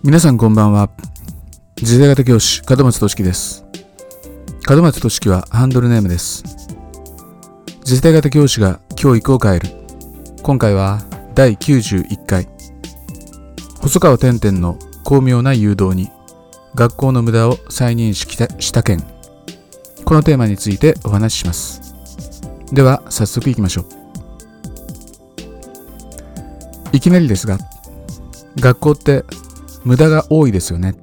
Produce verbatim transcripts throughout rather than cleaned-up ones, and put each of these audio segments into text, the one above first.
皆さんこんばんは。次世代型教師門松俊樹です。門松俊樹はハンドルネームです。次世代型教師が教育を変える。今回はだいきゅうじゅういっかい、細川てんてんの巧妙な誘導に学校の無駄を再認識した件、このテーマについてお話しします。では早速いきましょう。いきなりですが、学校って無駄が多いですよね。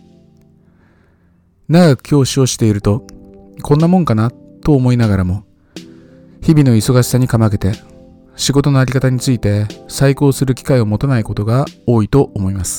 長く教師をしているとこんなもんかなと思いながらも、日々の忙しさにかまけて仕事のあり方について再考する機会を持たないことが多いと思います。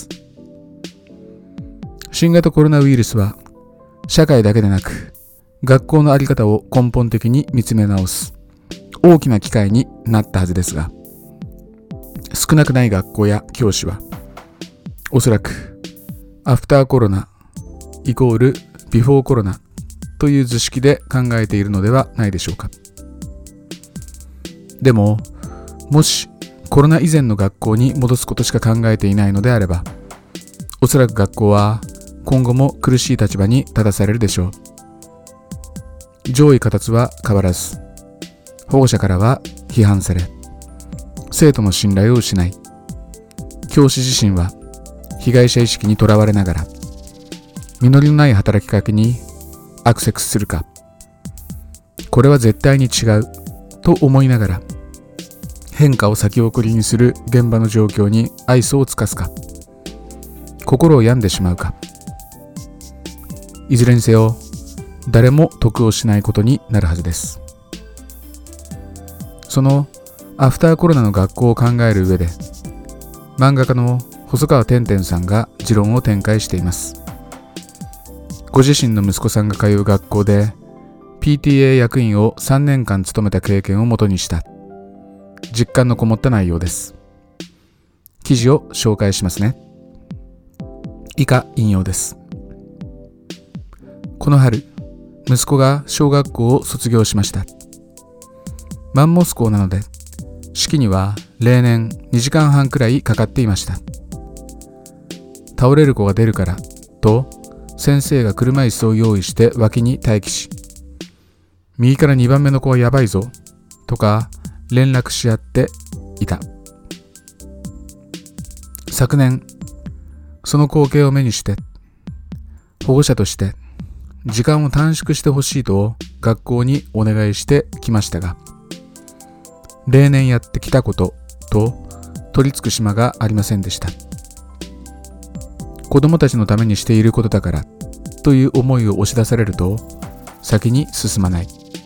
新型コロナウイルスは社会だけでなく学校のあり方を根本的に見つめ直す大きな機会になったはずですが、少なくない学校や教師はおそらくアフターコロナイコールビフォーコロナという図式で考えているのではないでしょうか。でも、もしコロナ以前の学校に戻すことしか考えていないのであれば、おそらく学校は今後も苦しい立場に立たされるでしょう。上位形は変わらず、保護者からは批判され、生徒の信頼を失い、教師自身は被害者意識にとらわれながら実りのない働きかけにアクセスするか、これは絶対に違うと思いながら変化を先送りにする現場の状況に愛想を尽かすか、心を病んでしまうか、いずれにせよ誰も得をしないことになるはずです。そのアフターコロナの学校を考える上で、漫画家の細川てんてんさんが持論を展開しています。ご自身の息子さんが通う学校で ピーティーエー 役員をさんねんかん務めた経験をもとにした実感のこもった内容です。記事を紹介しますね。以下引用です。この春、息子が小学校を卒業しました。マンモス校なので式には例年にじかんはんくらいかかっていました。倒れる子が出るからと先生が車椅子を用意して脇に待機し、右からにばんめの子はやばいぞとか連絡し合っていた。昨年その光景を目にして、保護者として時間を短縮してほしいと学校にお願いしてきましたが、例年やってきたことと取り付く島がありませんでした。子供たちのためにしていることだからという思いを押し出されると先に進まない。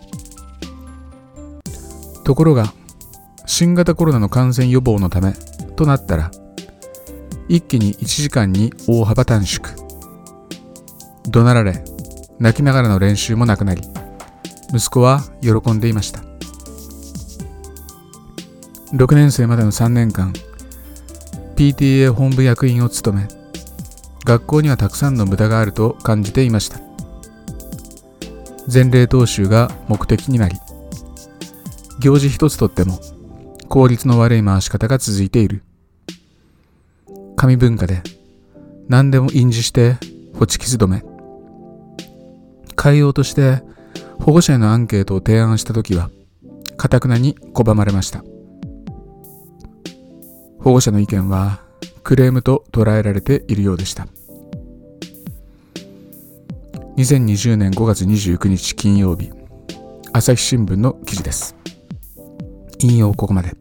ところが新型コロナの感染予防のためとなったら、一気にいちじかんに大幅短縮。怒鳴られ泣きながらの練習もなくなり、息子は喜んでいました。ろくねん生までのさんねんかん ピーティーエー 本部役員を務め、学校にはたくさんの無駄があると感じていました。前例踏襲が目的になり、行事一つとっても効率の悪い回し方が続いている。紙文化で何でも印字してホチキス止め。変えようとして保護者へのアンケートを提案したときは頑なに拒まれました。保護者の意見はクレームと捉えられているようでした。にせんにじゅうねんごがつにじゅうくにち金曜日、朝日新聞の記事です。引用ここまで。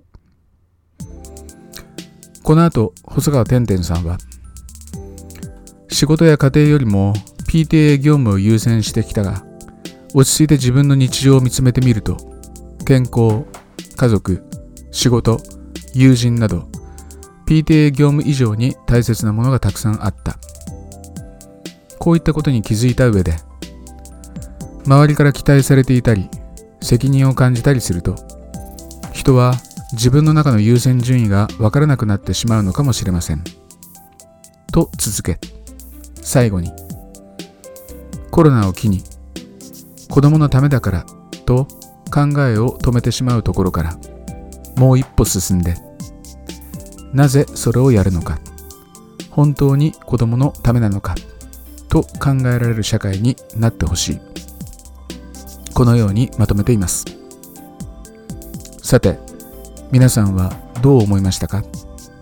この後、細川てんてんさんは、仕事や家庭よりも ピーティーエー 業務を優先してきたが、落ち着いて自分の日常を見つめてみると、健康、家族、仕事、友人など、ピーティーエー 業務以上に大切なものがたくさんあった。こういったことに気づいた上で、周りから期待されていたり、責任を感じたりすると、人は自分の中の優先順位が分からなくなってしまうのかもしれません。と続け、最後に、コロナを機に、子供のためだからと考えを止めてしまうところから、もう一歩進んで、なぜそれをやるのか、 本当に子供のためなのかと考えられる社会になってほしい。このようにまとめています。さて、皆さんはどう思いましたか？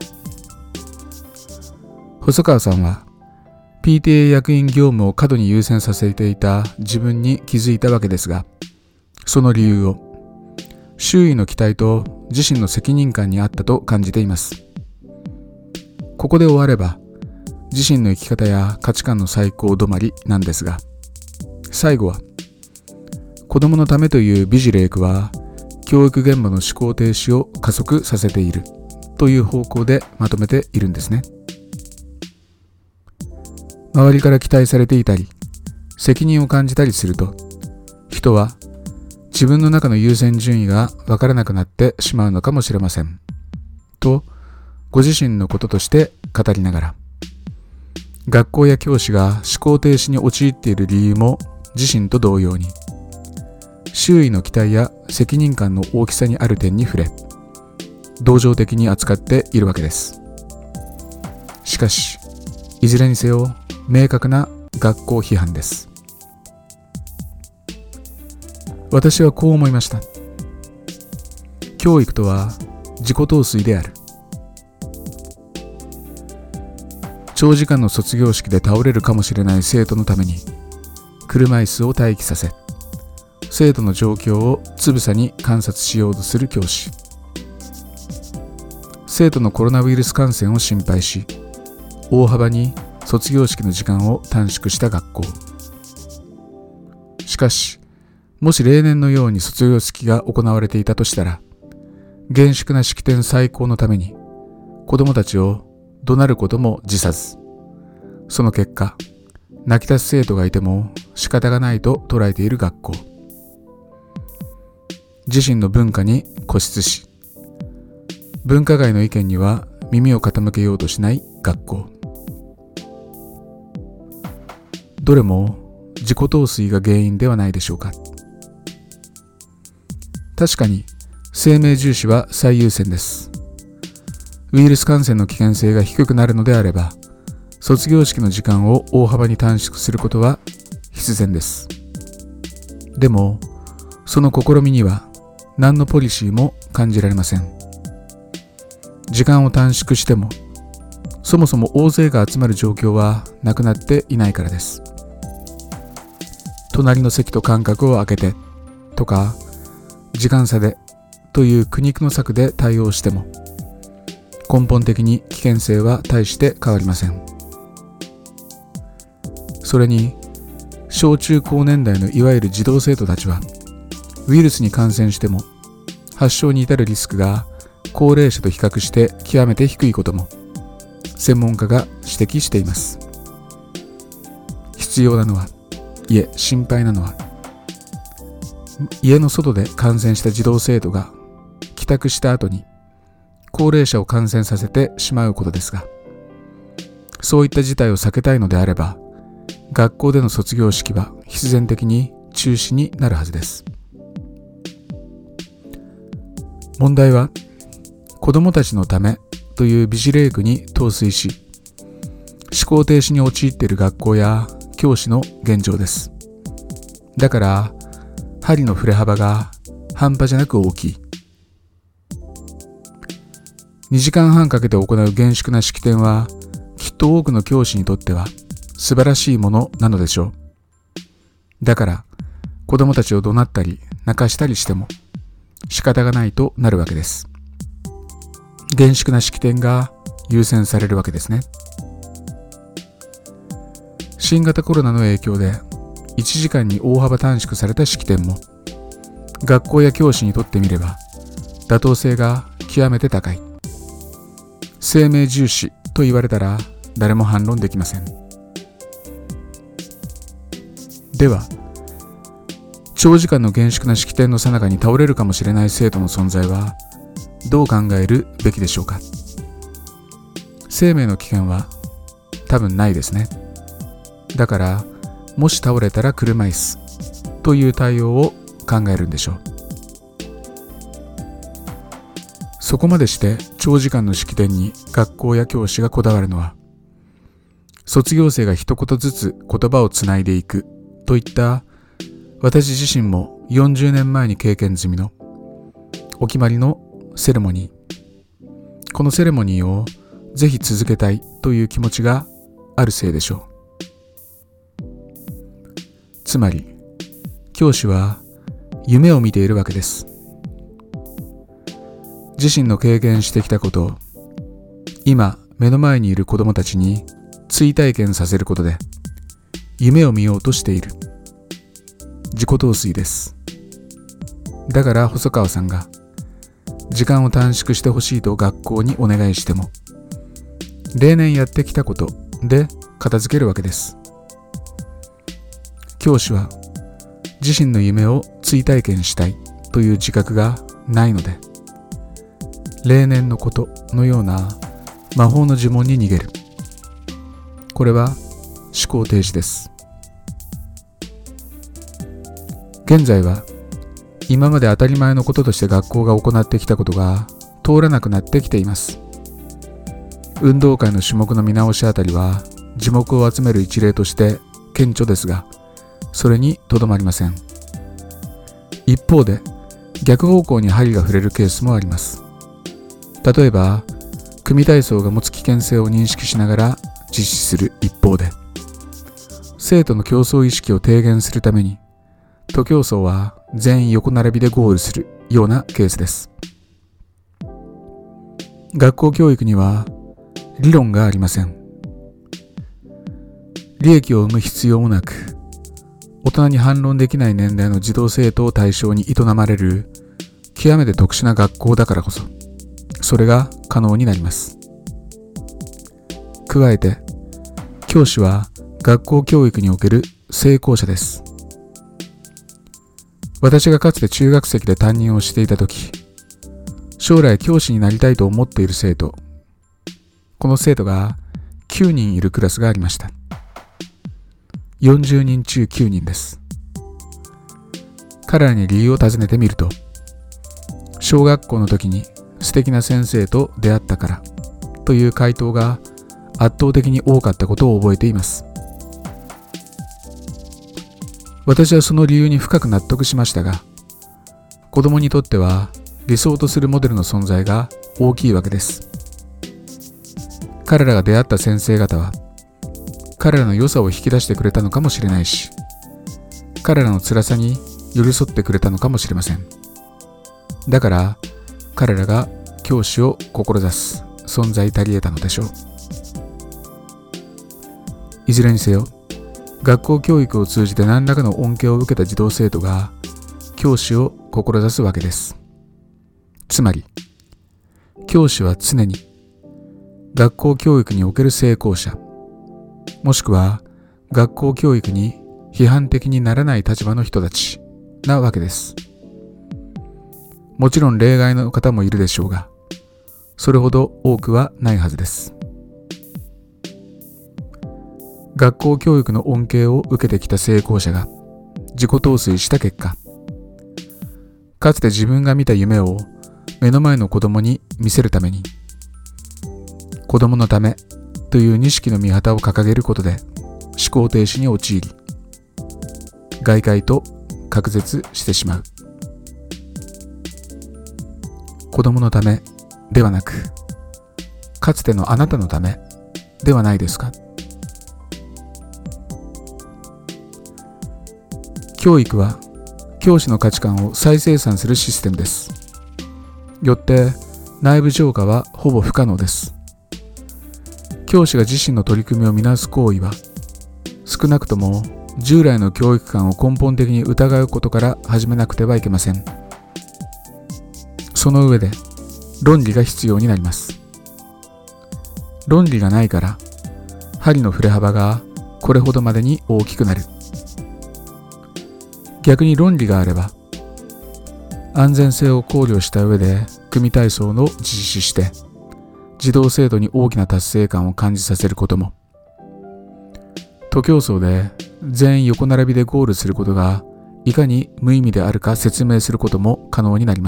細川さんは ピーティーエー 役員業務を過度に優先させていた自分に気づいたわけですが、その理由を周囲の期待と自身の責任感にあったと感じています。ここで終われば自身の生き方や価値観の最高止まりなんですが、最後は子供のためという美辞麗句は教育現場の思考停止を加速させているという方向でまとめているんですね。周りから期待されていたり責任を感じたりすると、人は自分の中の優先順位が分からなくなってしまうのかもしれませんと、ご自身のこととして語りながら、学校や教師が思考停止に陥っている理由も自身と同様に周囲の期待や責任感の大きさにある点に触れ、同情的に扱っているわけです。しかしいずれにせよ明確な学校批判です。私はこう思いました。教育とは自己陶酔である。長時間の卒業式で倒れるかもしれない生徒のために車椅子を待機させ、生徒の状況をつぶさに観察しようとする教師、生徒のコロナウイルス感染を心配し大幅に卒業式の時間を短縮した学校。しかしもし例年のように卒業式が行われていたとしたら、厳粛な式典最高のために子供たちを怒鳴ることも辞さず、その結果泣き出す生徒がいても仕方がないと捉えている学校。自身の文化に固執し、文化外の意見には耳を傾けようとしない学校。どれも自己陶酔が原因ではないでしょうか。確かに生命重視は最優先です。ウイルス感染の危険性が低くなるのであれば、卒業式の時間を大幅に短縮することは必然です。でもその試みには何のポリシーも感じられません。時間を短縮してもそもそも大勢が集まる状況はなくなっていないからです。隣の席と間隔を空けてとか時間差でという苦肉の策で対応しても根本的に危険性は大して変わりません。それに小中高年代のいわゆる児童生徒たちはウイルスに感染しても発症に至るリスクが高齢者と比較して極めて低いことも専門家が指摘しています。必要なのは、いえ心配なのは、家の外で感染した児童生徒が帰宅した後に高齢者を感染させてしまうことですが、そういった事態を避けたいのであれば学校での卒業式は必然的に中止になるはずです。問題は子どもたちのためという美辞麗句に陶酔し思考停止に陥っている学校や教師の現状です。だから針の振れ幅が半端じゃなく大きい。にじかんはんかけて行う厳粛な式典はきっと多くの教師にとっては素晴らしいものなのでしょう。だから子供たちを怒鳴ったり泣かしたりしても仕方がないとなるわけです。厳粛な式典が優先されるわけですね。新型コロナの影響でいちじかんに大幅短縮された式典も学校や教師にとってみれば妥当性が極めて高い。生命重視と言われたら誰も反論できません。では長時間の厳粛な式典の最中に倒れるかもしれない生徒の存在はどう考えるべきでしょうか。生命の危険は多分ないですね。だからもし倒れたら車椅子という対応を考えるんでしょう。そこまでして長時間の式典に学校や教師がこだわるのは卒業生が一言ずつ言葉をつないでいくといった私自身もよんじゅうねんまえに経験済みのお決まりのセレモニー、このセレモニーをぜひ続けたいという気持ちがあるせいでしょう。つまり教師は夢を見ているわけです。自身の経験してきたことを今目の前にいる子供たちに追体験させることで夢を見ようとしている自己陶酔です。だから細川さんが時間を短縮してほしいと学校にお願いしても例年やってきたことで片付けるわけです。教師は自身の夢を追体験したいという自覚がないので例年のことのような魔法の呪文に逃げる。これは思考停止です。現在は今まで当たり前のこととして学校が行ってきたことが通らなくなってきています。運動会の種目の見直しあたりは耳目を集める一例として顕著ですが、それにとどまりません。一方で逆方向に針が触れるケースもあります。例えば組体操が持つ危険性を認識しながら実施する一方で生徒の競争意識を低減するために徒競走は全員横並びでゴールするようなケースです。学校教育には理論がありません。利益を生む必要もなく大人に反論できない年代の児童生徒を対象に営まれる極めて特殊な学校だからこそそれが可能になります。加えて教師は学校教育における成功者です。私がかつて中学籍で担任をしていたとき、将来教師になりたいと思っている生徒、この生徒がきゅうにんいるクラスがありました。よんじゅうにん中きゅうにんです。彼らに理由を尋ねてみると、小学校の時に素敵な先生と出会ったからという回答が圧倒的に多かったことを覚えています。私はその理由に深く納得しましたが、子供にとっては理想とするモデルの存在が大きいわけです。彼らが出会った先生方は彼らの良さを引き出してくれたのかもしれないし、彼らの辛さに寄り添ってくれたのかもしれません。だから彼らが教師を志す存在たり得たのでしょう。いずれにせよ、学校教育を通じて何らかの恩恵を受けた児童生徒が教師を志すわけです。つまり教師は常に学校教育における成功者、もしくは学校教育に批判的にならない立場の人たちなわけです。もちろん例外の方もいるでしょうが、それほど多くはないはずです。学校教育の恩恵を受けてきた成功者が自己陶酔した結果、かつて自分が見た夢を目の前の子供に見せるために、子供のためという錦の御旗を掲げることで思考停止に陥り、外界と隔絶してしまう。子供のためではなく、かつてのあなたのためではないですか。教育は教師の価値観を再生産するシステムです。よって内部浄化はほぼ不可能です。教師が自身の取り組みを見直す行為は、少なくとも従来の教育観を根本的に疑うことから始めなくてはいけません。その上で論理が必要になります。論理がないから針の振れ幅がこれほどまでに大きくなる。逆に論理があれば、安全性を考慮した上で組体操の実施して児童生徒に大きな達成感を感じさせることも、徒競走で全員横並びでゴールすることがいかに無意味であるか説明することも可能になります。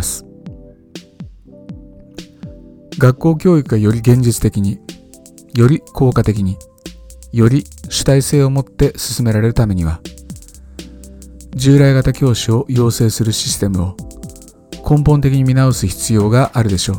学校教育がより現実的に、より効果的に、 より主体性を持って進められるためには、従来型教師を養成するシステムを根本的に見直す必要があるでしょう。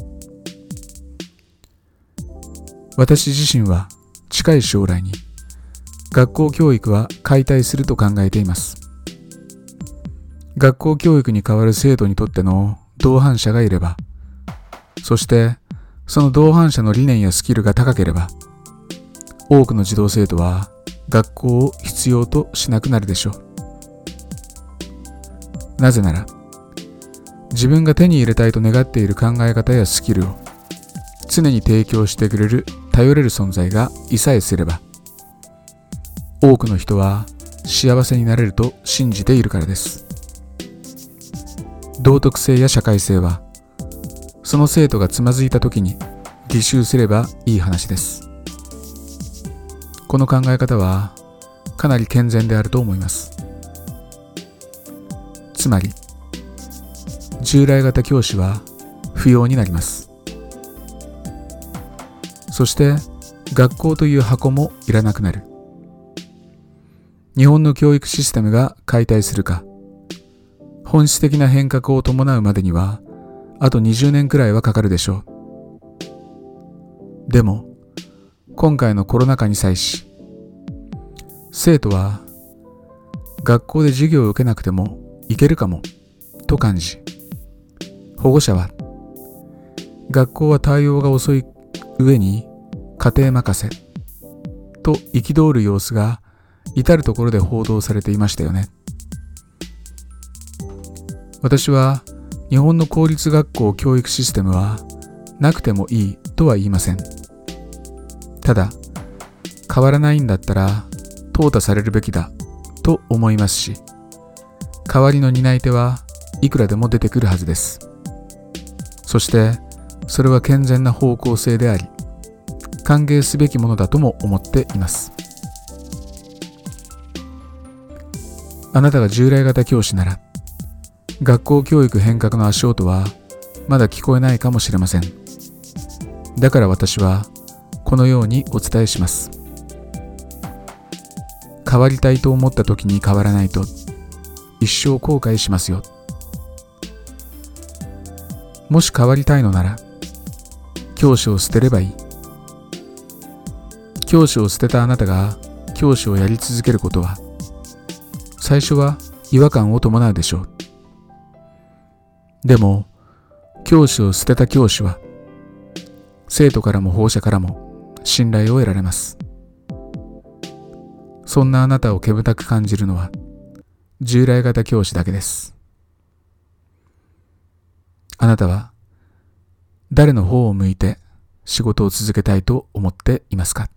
私自身は近い将来に学校教育は解体すると考えています。学校教育に代わる生徒にとっての同伴者がいれば、そしてその同伴者の理念やスキルが高ければ、多くの児童生徒は学校を必要としなくなるでしょう。なぜなら、自分が手に入れたいと願っている考え方やスキルを常に提供してくれる頼れる存在がいさえすれば、多くの人は幸せになれると信じているからです。道徳性や社会性は、その生徒がつまずいた時に履修すればいい話です。この考え方はかなり健全であると思います。つまり、従来型教師は不要になります。そして学校という箱もいらなくなる。日本の教育システムが解体するか、本質的な変革を伴うまでにはあとにじゅうねんくらいはかかるでしょう。でも今回のコロナ禍に際し、生徒は学校で授業を受けなくてもいけるかもと感じ、保護者は学校は対応が遅い上に家庭任せと憤る様子が至るところで報道されていましたよね。私は日本の公立学校教育システムはなくてもいいとは言いません。ただ、変わらないんだったら淘汰されるべきだと思いますし、代わりの担い手はいくらでも出てくるはずです。そしてそれは健全な方向性であり、歓迎すべきものだとも思っています。あなたが従来型教師なら、学校教育変革の足音はまだ聞こえないかもしれません。だから私はこのようにお伝えします。変わりたいと思った時に変わらないと一生後悔しますよ。もし変わりたいのなら、教師を捨てればいい。教師を捨てたあなたが教師をやり続けることは、最初は違和感を伴うでしょう。でも、教師を捨てた教師は、生徒からも保護者からも信頼を得られます。そんなあなたを煙たく感じるのは、従来型教師だけです。あなたは、誰の方を向いて仕事を続けたいと思っていますか？